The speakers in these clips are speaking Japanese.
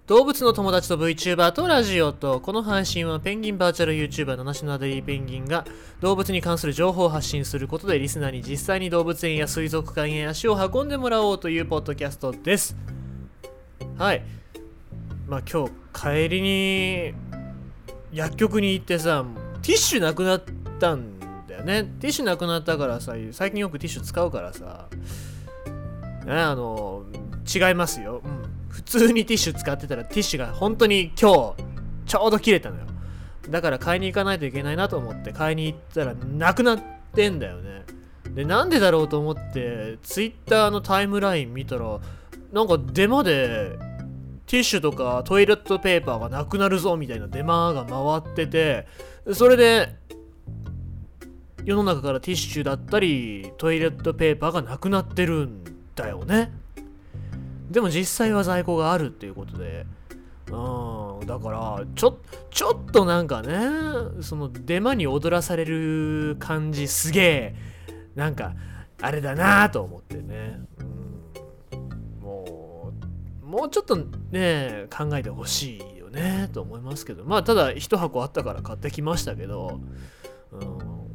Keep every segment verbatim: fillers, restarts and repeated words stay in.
動物の友達と VTuber とラジオと、この配信はペンギンバーチャル YouTuber 七種のアデリーペンギンが動物に関する情報を発信することでリスナーに実際に動物園や水族館へ足を運んでもらおうというポッドキャストです。はい。まあ今日帰りに薬局に行ってさ、ティッシュなくなったんだよね。ティッシュなくなったからさ、最近よくティッシュ使うからさ、ね、あの違いますよ。うん。普通にティッシュ使ってたらティッシュが本当に今日ちょうど切れたのよ。だから買いに行かないといけないなと思って買いに行ったらなくなってんだよね。で、なんでだろうと思ってツイッターのタイムライン見たら、なんかデマでティッシュとかトイレットペーパーがなくなるぞみたいなデマが回ってて、それで世の中からティッシュだったりトイレットペーパーがなくなってるんだよね。でも実際は在庫があるっていうことで、うん、だからちょちょっとなんかね、そのデマに踊らされる感じすげえなんかあれだなと思ってね、うん、もうもうちょっとね考えてほしいよねと思いますけど、まあただ一箱あったから買ってきましたけど、うん、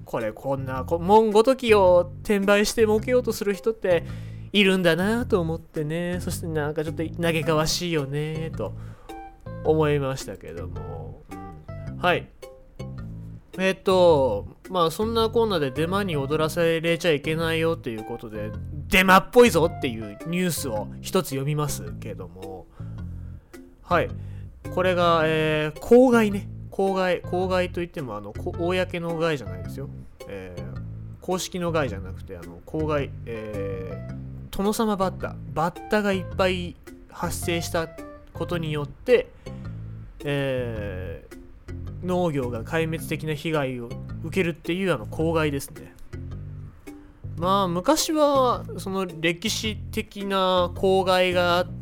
これこんなもんごときを転売して儲けようとする人っているんだなと思ってね、そしてなんかちょっと嘆かわしいよねと思いましたけども、うん、はいえっとまあそんなこんなでデマに踊らされちゃいけないよっていうことで、デマっぽいぞっていうニュースを一つ読みますけども、はいこれが、えー、公害ね公害公害といってもあの公の害じゃないですよ、えー、公式の害じゃなくてあの公害、えー殿様バッタバッタがいっぱい発生したことによって、えー、農業が壊滅的な被害を受けるっていうあの公害ですね。まあ昔はその歴史的な公害があって、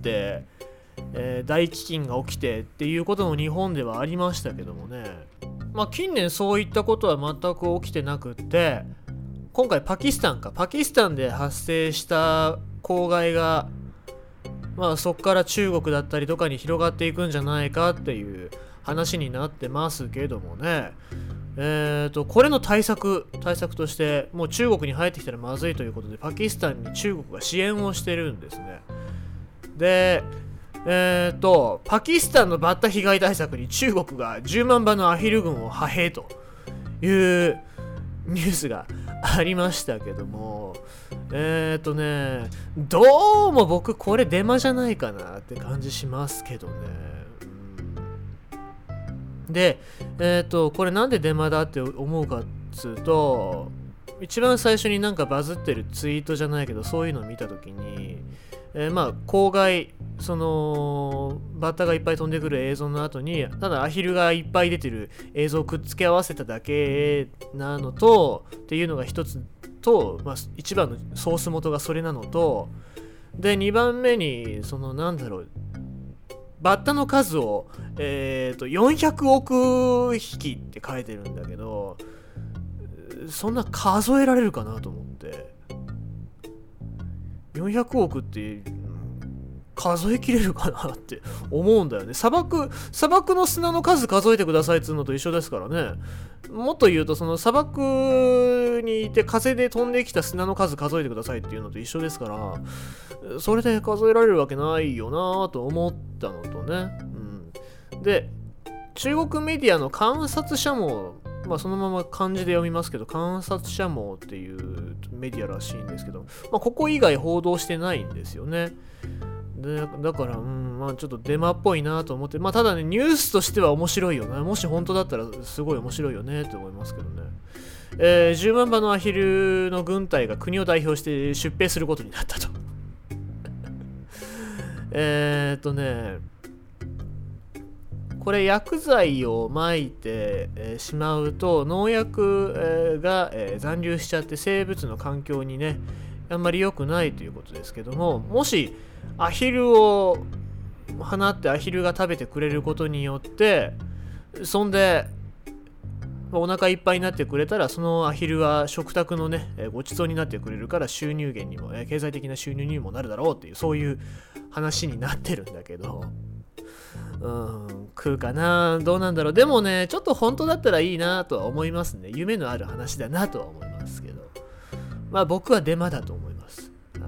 えー、大飢饉が起きてっていうことも日本ではありましたけどもね、まあ近年そういったことは全く起きてなくって、今回パキスタンかパキスタンで発生した公害がまあそこから中国だったりとかに広がっていくんじゃないかっていう話になってますけどもね、えーとこれの対策対策としてもう中国に入ってきたらまずいということでパキスタンに中国が支援をしてるんですね。でえーとパキスタンのバッタ被害対策に中国がじゅうまんばのアヒル軍を派兵というニュースがありましたけども、えっとねどうも僕これデマじゃないかなって感じしますけどね、うん、でえっとこれなんでデマだって思うかっつうと、一番最初になんかバズってるツイートじゃないけどそういうのを見たときに、えー、まあ公害そのバッタがいっぱい飛んでくる映像の後にただアヒルがいっぱい出てる映像をくっつけ合わせただけなのとっていうのが一つと、まあ、一番のソース元がそれなのと、でにばんめにそのなんだろうバッタの数を、えー、とよんひゃくおくひきって書いてるんだけど、そんな数えられるかなと思って、よんひゃくおくって数えきれるかなって思うんだよね。砂漠砂漠の砂の数数えてくださいっつうのと一緒ですからね。もっと言うとその砂漠にいて風で飛んできた砂の数数えてくださいっていうのと一緒ですから、それで数えられるわけないよなと思ったのとね、うん、で中国メディアの観察者網、まあそのまま漢字で読みますけど観察者網っていうメディアらしいんですけど、まあここ以外報道してないんですよね。でだから、うん、まあちょっとデマっぽいなと思って、まあただねニュースとしては面白いよな、もし本当だったらすごい面白いよねと思いますけどね、えー、じゅうまんばのアヒルの軍隊が国を代表して出兵することになったとえっとねこれ薬剤を撒いて、えー、しまうと農薬、えー、が、えー、残留しちゃって生物の環境にねあんまり良くないということですけども、もしアヒルを放ってアヒルが食べてくれることによってそんでお腹いっぱいになってくれたらそのアヒルは食卓のねごちそうになってくれるから収入源にも経済的な収入にもなるだろうっていうそういう話になってるんだけど、 うん、食うかな、どうなんだろう。でもね、ちょっと本当だったらいいなとは思いますね。夢のある話だなとは思いますけど、まあ僕はデマだと思います。はい、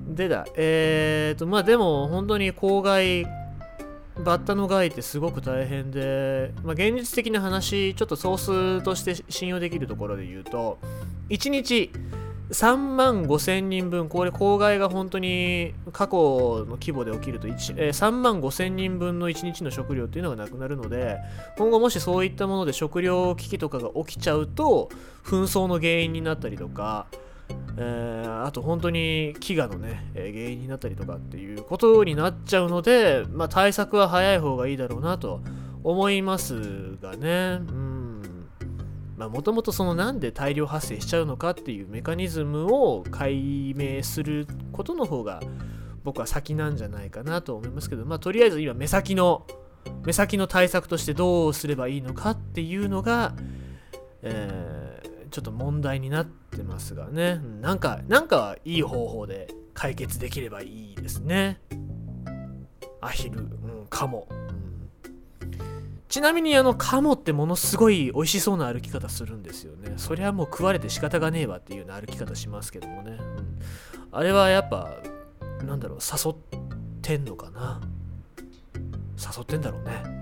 でだ、えーと、まあでも本当に公害、バッタの害ってすごく大変で、まあ、現実的な話、ちょっとソースとして信用できるところで言うと、いちにちさんまんごせんにんぶん、これ公害が本当に過去の規模で起きると、えー、さんまんごせんにんぶんのいちにちの食料っていうのがなくなるので、今後もしそういったもので食料危機とかが起きちゃうと、紛争の原因になったりとか、えー、あと本当に飢餓のね、えー、原因になったりとかっていうことになっちゃうので、まあ、対策は早い方がいいだろうなと思いますがね。うんまあもともとそのなんで大量発生しちゃうのかっていうメカニズムを解明することの方が僕は先なんじゃないかなと思いますけど、まあとりあえず今目先の目先の対策としてどうすればいいのかっていうのが、えー、ちょっと問題になってますがね。なんかなんかいい方法で解決できればいいですね。アヒル、うん、カモ。ちなみにあのカモってものすごい美味しそうな歩き方するんですよね。そりゃもう食われて仕方がねえわっていうような歩き方しますけどもね、うん、あれはやっぱなんだろう、誘ってんのかな、誘ってんだろうね。